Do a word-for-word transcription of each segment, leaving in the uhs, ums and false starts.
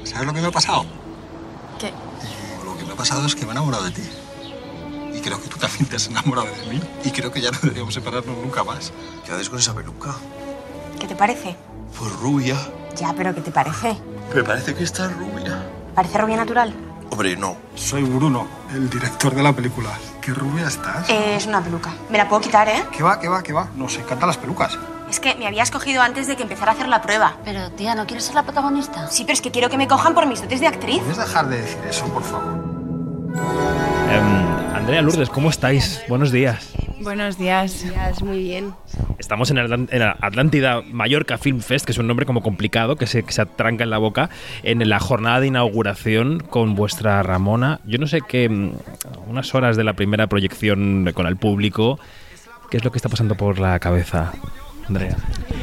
¿Sabes lo que me ha pasado? ¿Qué? Lo que me ha pasado es que me he enamorado de ti. Y creo que tú también te has enamorado de mí. Y creo que ya no deberíamos separarnos nunca más. ¿Qué haces con esa peluca? ¿Qué te parece? Pues rubia. Ya, pero ¿qué te parece? Me parece que está rubia. ¿Parece rubia natural? Hombre, no. Soy Bruno, el director de la película. ¿Qué rubia estás? Eh, es una peluca. Me la puedo quitar, ¿eh? ¿Qué va, qué va, qué va? Nos encantan las pelucas. Es que me había escogido antes de que empezara a hacer la prueba. Pero, tía, ¿no quieres ser la protagonista? Sí, pero es que quiero que me cojan por mis dotes de actriz. ¿Puedes dejar de decir eso, por favor? Um, Andrea, Lourdes, ¿cómo estáis? Buenos días. Buenos días. días. Muy bien. Estamos en el, en el Atlántida Mallorca Film Fest, que es un nombre como complicado, que se, que se atranca en la boca, en la jornada de inauguración con vuestra Ramona. Yo no sé qué, unas horas de la primera proyección con el público, ¿qué es lo que está pasando por la cabeza, Andrea?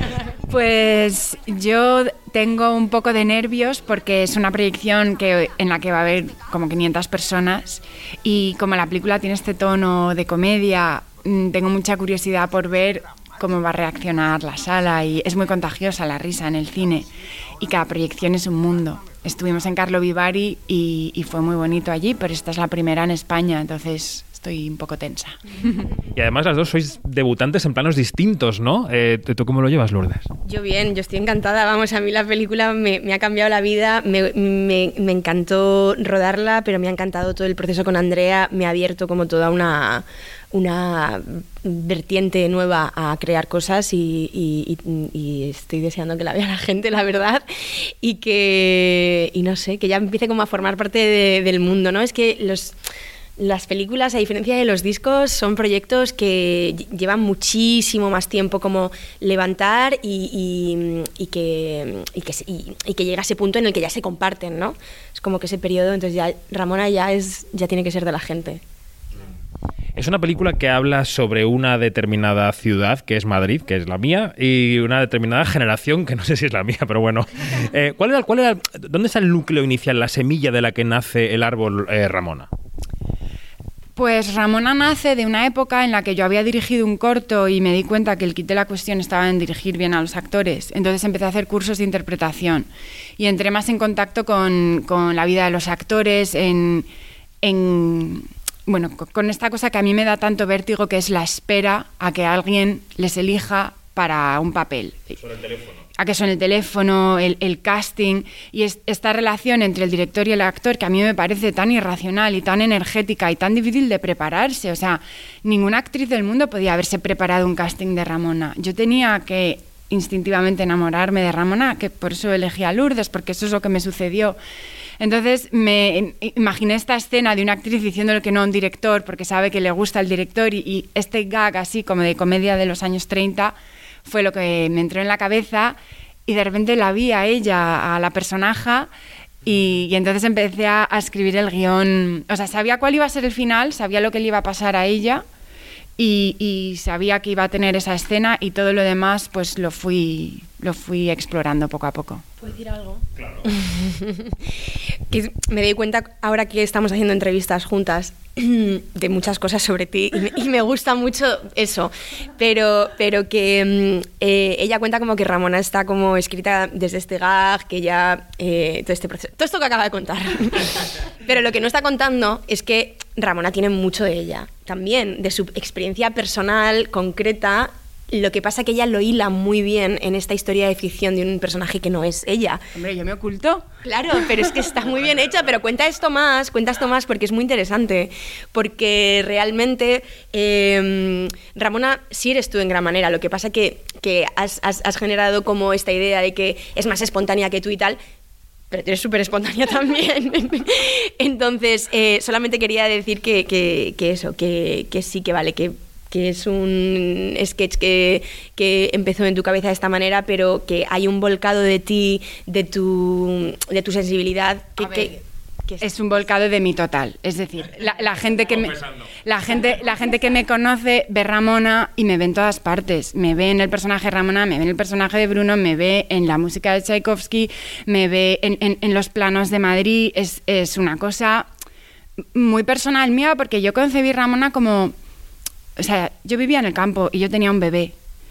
Pues yo tengo un poco de nervios porque es una proyección que, en la que va a haber como quinientas personas y como la película tiene este tono de comedia, tengo mucha curiosidad por ver cómo va a reaccionar la sala y es muy contagiosa la risa en el cine y cada proyección es un mundo. Estuvimos en Carlo Vivari y, y fue muy bonito allí, pero esta es la primera en España, entonces estoy un poco tensa. Y además las dos sois debutantes en planos distintos, ¿no? Eh, ¿Tú cómo lo llevas, Lourdes? Yo bien, yo estoy encantada. Vamos, a mí la película me, me ha cambiado la vida, me, me, me encantó rodarla, pero me ha encantado todo el proceso con Andrea, me ha abierto como toda una... una vertiente nueva a crear cosas y, y, y, y estoy deseando que la vea la gente, la verdad, y que, y no sé, que ya empiece como a formar parte de, del mundo, ¿no? Es que los... Las películas, a diferencia de los discos, son proyectos que llevan muchísimo más tiempo como levantar y, y, y, que, y, que, y, y que llega a ese punto en el que ya se comparten, ¿no? Es como que ese periodo, entonces ya Ramona ya, es, ya tiene que ser de la gente. Es una película que habla sobre una determinada ciudad, que es Madrid, que es la mía, y una determinada generación, que no sé si es la mía, pero bueno. Eh, ¿cuál era, cuál era, ¿Dónde está el núcleo inicial, la semilla de la que nace el árbol, eh, Ramona? Pues Ramona nace de una época en la que yo había dirigido un corto y me di cuenta que el kit de la cuestión estaba en dirigir bien a los actores. Entonces empecé a hacer cursos de interpretación y entré más en contacto con, con la vida de los actores, en, en, bueno, con esta cosa que a mí me da tanto vértigo, que es la espera a que alguien les elija para un papel. Sobre el teléfono. A que son el teléfono, el, el casting, y es, esta relación entre el director y el actor que a mí me parece tan irracional y tan energética y tan difícil de prepararse. O sea, ninguna actriz del mundo podía haberse preparado un casting de Ramona. Yo tenía que instintivamente enamorarme de Ramona, que por eso elegí a Lourdes, porque eso es lo que me sucedió. Entonces me imaginé esta escena de una actriz diciéndole que no a un director porque sabe que le gusta el director y, y este gag así como de comedia de los años treinta fue lo que me entró en la cabeza y de repente la vi a ella, a la personaje, y, y entonces empecé a, a escribir el guión. O sea, sabía cuál iba a ser el final, sabía lo que le iba a pasar a ella y, y sabía que iba a tener esa escena y todo lo demás pues lo fui, lo fui explorando poco a poco. ¿Puedo decir algo? Claro. Que me doy cuenta ahora que estamos haciendo entrevistas juntas de muchas cosas sobre ti y me, y me gusta mucho eso, pero, pero que eh, ella cuenta como que Ramona está como escrita desde este gag, que ya eh, todo este proceso, todo esto que acaba de contar. Pero lo que no está contando es que Ramona tiene mucho de ella también, de su experiencia personal, concreta. Lo que pasa es que ella lo hila muy bien en esta historia de ficción de un personaje que no es ella. Hombre, yo me oculto. Claro, pero es que está muy bien hecha, pero cuenta esto más, cuenta esto más porque es muy interesante, porque realmente eh, Ramona sí eres tú en gran manera, lo que pasa que, que has, has, has generado como esta idea de que es más espontánea que tú y tal, pero eres súper espontánea también. Entonces, eh, solamente quería decir que, que, que eso, que, que sí, que vale, que que es un sketch que, que empezó en tu cabeza de esta manera, pero que hay un volcado de ti, de tu, de tu sensibilidad, que, que, que es... es un volcado de mi total. Es decir, la, la, gente que me, la, gente, la gente que me conoce ve Ramona y me ve en todas partes. Me ve en el personaje Ramona, me ve en el personaje de Bruno, me ve en la música de Tchaikovsky, me ve en, en, en los planos de Madrid. Es, es una cosa muy personal mía, porque yo concebí Ramona como... O sea, yo vivía en el campo y yo tenía un bebé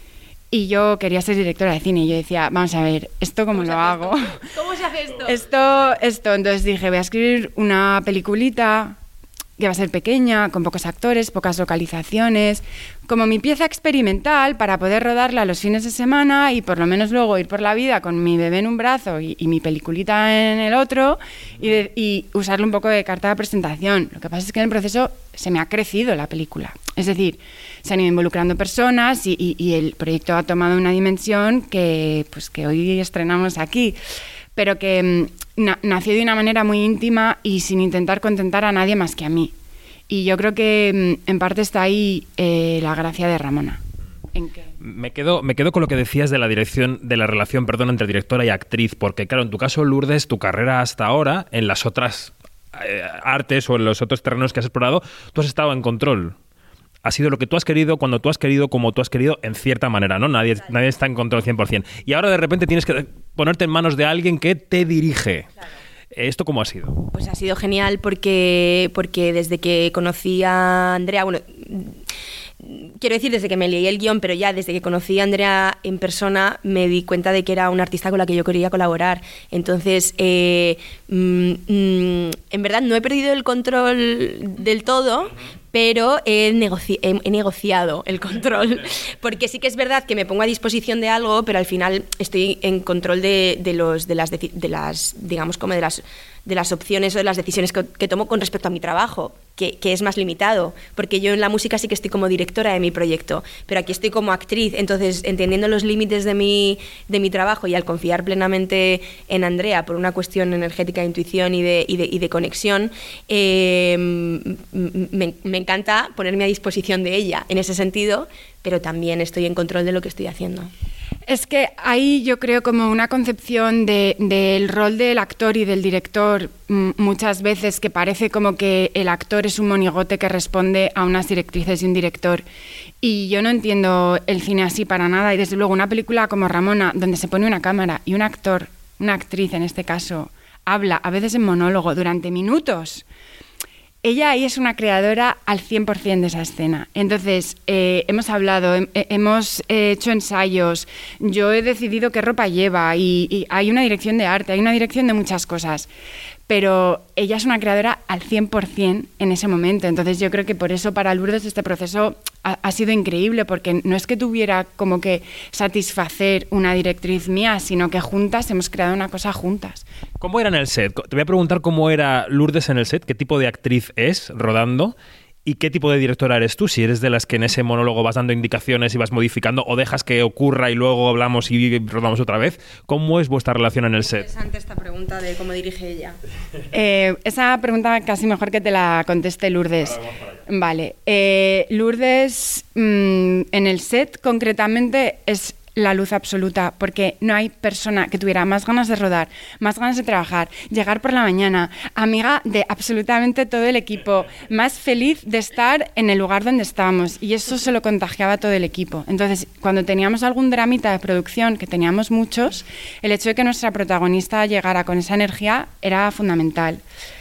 Y yo quería ser directora de cine y yo decía, vamos a ver, ¿esto cómo, ¿Cómo lo hago? ¿Cómo se hace esto? Esto, esto. Entonces dije, voy a escribir una peliculita que va a ser pequeña, con pocos actores, pocas localizaciones, como mi pieza experimental para poder rodarla los fines de semana y por lo menos luego ir por la vida con mi bebé en un brazo y, y mi peliculita en el otro y, de, y usarlo un poco de carta de presentación. Lo que pasa es que en el proceso se me ha crecido la película. Es decir, se han ido involucrando personas y, y, y el proyecto ha tomado una dimensión que, pues, que hoy estrenamos aquí, pero que na- nació de una manera muy íntima y sin intentar contentar a nadie más que a mí. Y yo creo que en parte está ahí eh, la gracia de Ramona. ¿En qué? Me quedo, me quedo con lo que decías de la dirección, de la relación, perdón, entre directora y actriz, porque claro, en tu caso, Lourdes, tu carrera hasta ahora, en las otras eh, artes o en los otros terrenos que has explorado, tú has estado en control. Ha sido lo que tú has querido, cuando tú has querido, como tú has querido, en cierta manera, ¿no? Nadie, claro. nadie está en control cien por ciento. Y ahora de repente tienes que ponerte en manos de alguien que te dirige. Claro. ¿Esto cómo ha sido? Pues ha sido genial porque, porque desde que conocí a Andrea, bueno, quiero decir desde que me leí el guión, pero ya desde que conocí a Andrea en persona me di cuenta de que era una artista con la que yo quería colaborar. Entonces, eh, mm, mm, en verdad no he perdido el control del todo, pero he, negoci- he, he negociado el control, porque sí que es verdad que me pongo a disposición de algo, pero al final estoy en control de, de, los, de, las, de, de las, digamos, como de las, de las opciones o de las decisiones que, que tomo con respecto a mi trabajo, que, que es más limitado, porque yo en la música sí que estoy como directora de mi proyecto, pero aquí estoy como actriz, entonces entendiendo los límites de mi, de mi trabajo y al confiar plenamente en Andrea por una cuestión energética de intuición y de, y de, y de conexión, eh, me, me encanta ponerme a disposición de ella en ese sentido, pero también estoy en control de lo que estoy haciendo. Es que hay, yo creo, como una concepción de, del rol del actor y del director m- muchas veces que parece como que el actor es un monigote que responde a unas directrices de un director. Y yo no entiendo el cine así para nada. Y desde luego una película como Ramona, donde se pone una cámara y un actor, una actriz en este caso, habla a veces en monólogo durante minutos. Ella ahí es una creadora al cien por ciento de esa escena. Entonces, eh, hemos hablado, he, hemos hecho ensayos, yo he decidido qué ropa lleva y, y hay una dirección de arte, hay una dirección de muchas cosas. Pero ella es una creadora al cien por ciento en ese momento. Entonces yo creo que por eso para Lourdes este proceso ha, ha sido increíble, porque no es que tuviera como que satisfacer una directriz mía, sino que juntas hemos creado una cosa juntas. ¿Cómo era en el set? Te voy a preguntar cómo era Lourdes en el set, qué tipo de actriz es rodando y qué tipo de directora eres tú, si eres de las que en ese monólogo vas dando indicaciones y vas modificando o dejas que ocurra y luego hablamos y rodamos otra vez. ¿Cómo es vuestra relación en el set? Interesante esta pregunta de cómo dirige ella. Eh, esa pregunta casi mejor que te la conteste Lourdes. Vale. Eh, Lourdes mmm, en el set concretamente es la luz absoluta, porque no hay persona que tuviera más ganas de rodar, más ganas de trabajar, llegar por la mañana, amiga de absolutamente todo el equipo, más feliz de estar en el lugar donde estábamos, y eso se lo contagiaba a todo el equipo. Entonces, cuando teníamos algún dramita de producción, que teníamos muchos, el hecho de que nuestra protagonista llegara con esa energía era fundamental.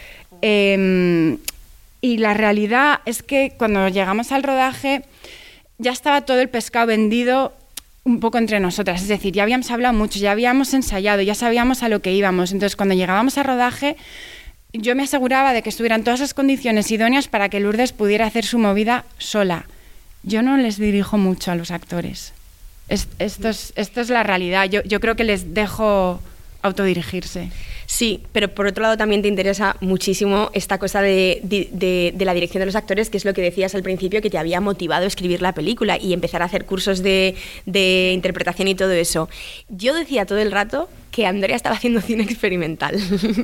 Eh, y la realidad es que cuando llegamos al rodaje ya estaba todo el pescado vendido un poco entre nosotras, es decir, ya habíamos hablado mucho, ya habíamos ensayado, ya sabíamos a lo que íbamos. Entonces, cuando llegábamos a rodaje, yo me aseguraba de que estuvieran todas las condiciones idóneas para que Lourdes pudiera hacer su movida sola. Yo no les dirijo mucho a los actores. Es, esto, es, esto es la realidad. Yo, yo creo que les dejo autodirigirse. Sí, pero por otro lado también te interesa muchísimo esta cosa de, de, de, de la dirección de los actores, que es lo que decías al principio, que te había motivado a escribir la película y empezar a hacer cursos de, de interpretación y todo eso. Yo decía todo el rato que Andrea estaba haciendo cine experimental.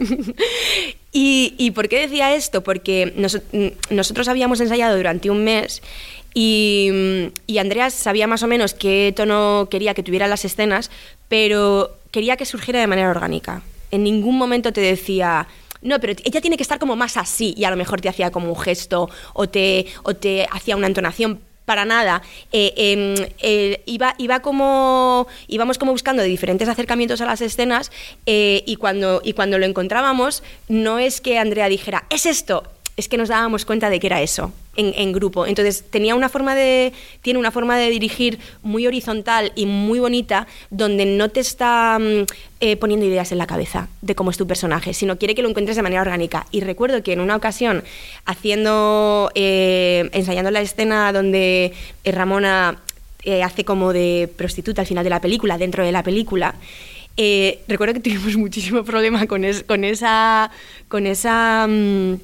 ¿Y, ¿Y por qué decía esto? Porque nos, nosotros habíamos ensayado durante un mes y, y Andrea sabía más o menos qué tono quería que tuvieran las escenas, pero quería que surgiera de manera orgánica. En ningún momento te decía, no, pero ella tiene que estar como más así, y a lo mejor te hacía como un gesto o te, o te hacía una entonación. Para nada. Eh, eh, eh, iba, iba como, íbamos como buscando diferentes acercamientos a las escenas, eh, y, cuando, y cuando lo encontrábamos, no es que Andrea dijera, es esto. es que nos dábamos cuenta de que era eso, en, en grupo. Entonces tenía una forma de, tiene una forma de dirigir muy horizontal y muy bonita, donde no te está eh, poniendo ideas en la cabeza de cómo es tu personaje, sino quiere que lo encuentres de manera orgánica. Y recuerdo que en una ocasión, haciendo, eh, ensayando la escena donde eh, Ramona eh, hace como de prostituta al final de la película, dentro de la película, eh, recuerdo que tuvimos muchísimo problema con, es, con esa... Con esa mmm,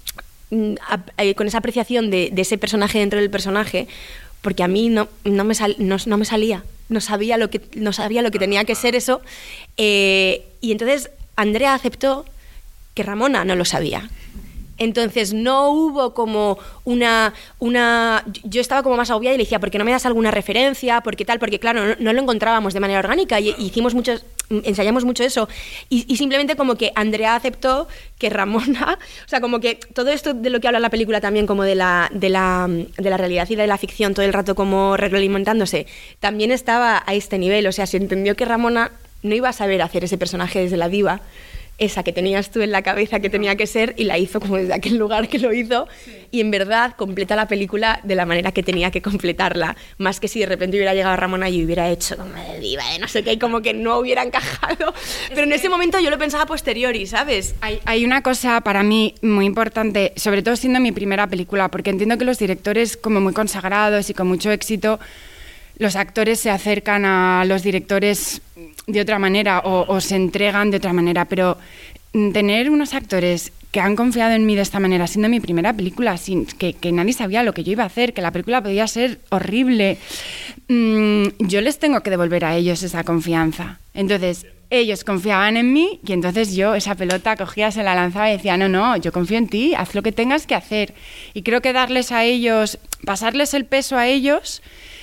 con esa apreciación de, de ese personaje dentro del personaje, porque a mí no, no, me, sal, no, no me salía, no sabía lo que, no sabía lo que tenía que ser eso, eh, y entonces Andrea aceptó que Ramona no lo sabía. Entonces no hubo como una, una... Yo estaba como más agobiada y le decía, ¿por qué no me das alguna referencia? ¿Por qué tal? Porque claro, no, no lo encontrábamos de manera orgánica y, y hicimos muchos, ensayamos mucho eso. Y, y simplemente como que Andrea aceptó que Ramona... O sea, como que todo esto de lo que habla la película también, como de la, de la, de la realidad y de la ficción, todo el rato como retroalimentándose, también estaba a este nivel. O sea, se entendió que Ramona no iba a saber hacer ese personaje desde la diva, esa que tenías tú en la cabeza que tenía que ser, y la hizo como desde aquel lugar que lo hizo, sí. Y en verdad completa la película de la manera que tenía que completarla, más que si de repente hubiera llegado Ramona y hubiera hecho como de diva, de no sé qué, y como que no hubiera encajado, pero en ese momento yo lo pensaba a posteriori, ¿sabes? Hay, hay una cosa para mí muy importante, sobre todo siendo mi primera película, porque entiendo que los directores como muy consagrados y con mucho éxito, los actores se acercan a los directores de otra manera o, o se entregan de otra manera, pero tener unos actores que han confiado en mí de esta manera, siendo mi primera película, sin que, que nadie sabía lo que yo iba a hacer, que la película podía ser horrible, mmm, yo les tengo que devolver a ellos esa confianza. Entonces, ellos confiaban en mí y entonces yo esa pelota cogía, se la lanzaba y decía, no, no, yo confío en ti, haz lo que tengas que hacer. Y creo que darles a ellos, pasarles el peso a ellos,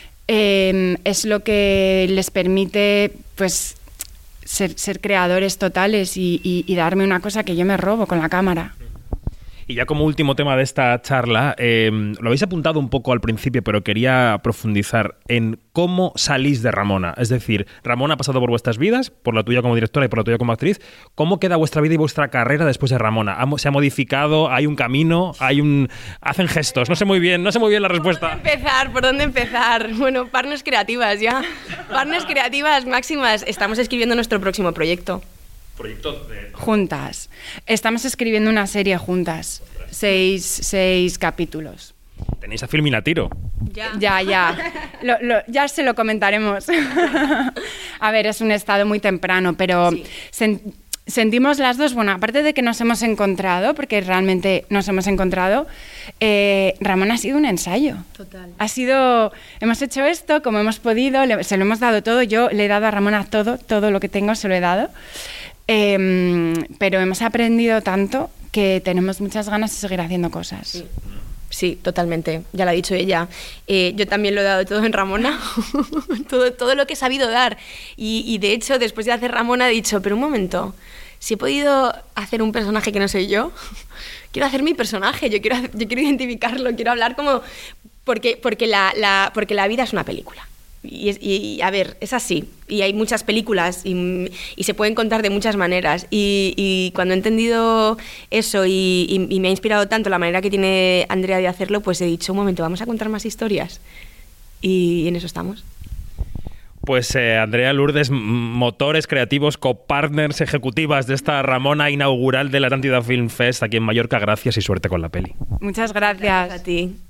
Eh, es lo que les permite pues ser, ser creadores totales y, y, y darme una cosa que yo me robo con la cámara. Y ya como último tema de esta charla, eh, lo habéis apuntado un poco al principio, pero quería profundizar en cómo salís de Ramona. Es decir, Ramona ha pasado por vuestras vidas, por la tuya como directora y por la tuya como actriz. ¿Cómo queda vuestra vida y vuestra carrera después de Ramona? ¿Se ha modificado? ¿Hay un camino? ¿Hay un... hacen gestos? No sé muy bien, no sé muy bien la respuesta. ¿Por dónde empezar? ¿Por dónde empezar? Bueno, partners creativas ya. Partners creativas máximas. Estamos escribiendo nuestro próximo proyecto. Proyecto de... Juntas. Estamos escribiendo una serie juntas. Seis, seis capítulos. Tenéis a Filmin a tiro. Ya, ya. ya. Lo, lo, ya se lo comentaremos. A ver, es un estado muy temprano, pero sí. sen, sentimos las dos, bueno, aparte de que nos hemos encontrado, porque realmente nos hemos encontrado, eh, Ramón ha sido un ensayo. Total. Ha sido, hemos hecho esto como hemos podido, le, se lo hemos dado todo. Yo le he dado a Ramona todo, todo lo que tengo se lo he dado. Eh, pero hemos aprendido tanto que tenemos muchas ganas de seguir haciendo cosas. Sí, sí, totalmente. Ya lo ha dicho ella. Eh, yo también lo he dado todo en Ramona. todo, todo lo que he sabido dar. Y, y de hecho, después de hacer Ramona he dicho, pero un momento, si he podido hacer un personaje que no soy yo, quiero hacer mi personaje, yo quiero, yo quiero identificarlo, quiero hablar como... Porque, porque, la, la, porque la vida es una película. Y, y, y, a ver, es así, y hay muchas películas y, y se pueden contar de muchas maneras y, y cuando he entendido eso y, y, y me ha inspirado tanto la manera que tiene Andrea de hacerlo, pues he dicho, un momento, vamos a contar más historias y en eso estamos. Pues eh, Andrea Lourdes, motores creativos, copartners ejecutivas de esta Ramona inaugural de la Atlántida Film Fest aquí en Mallorca, gracias y suerte con la peli. Muchas gracias, gracias a ti.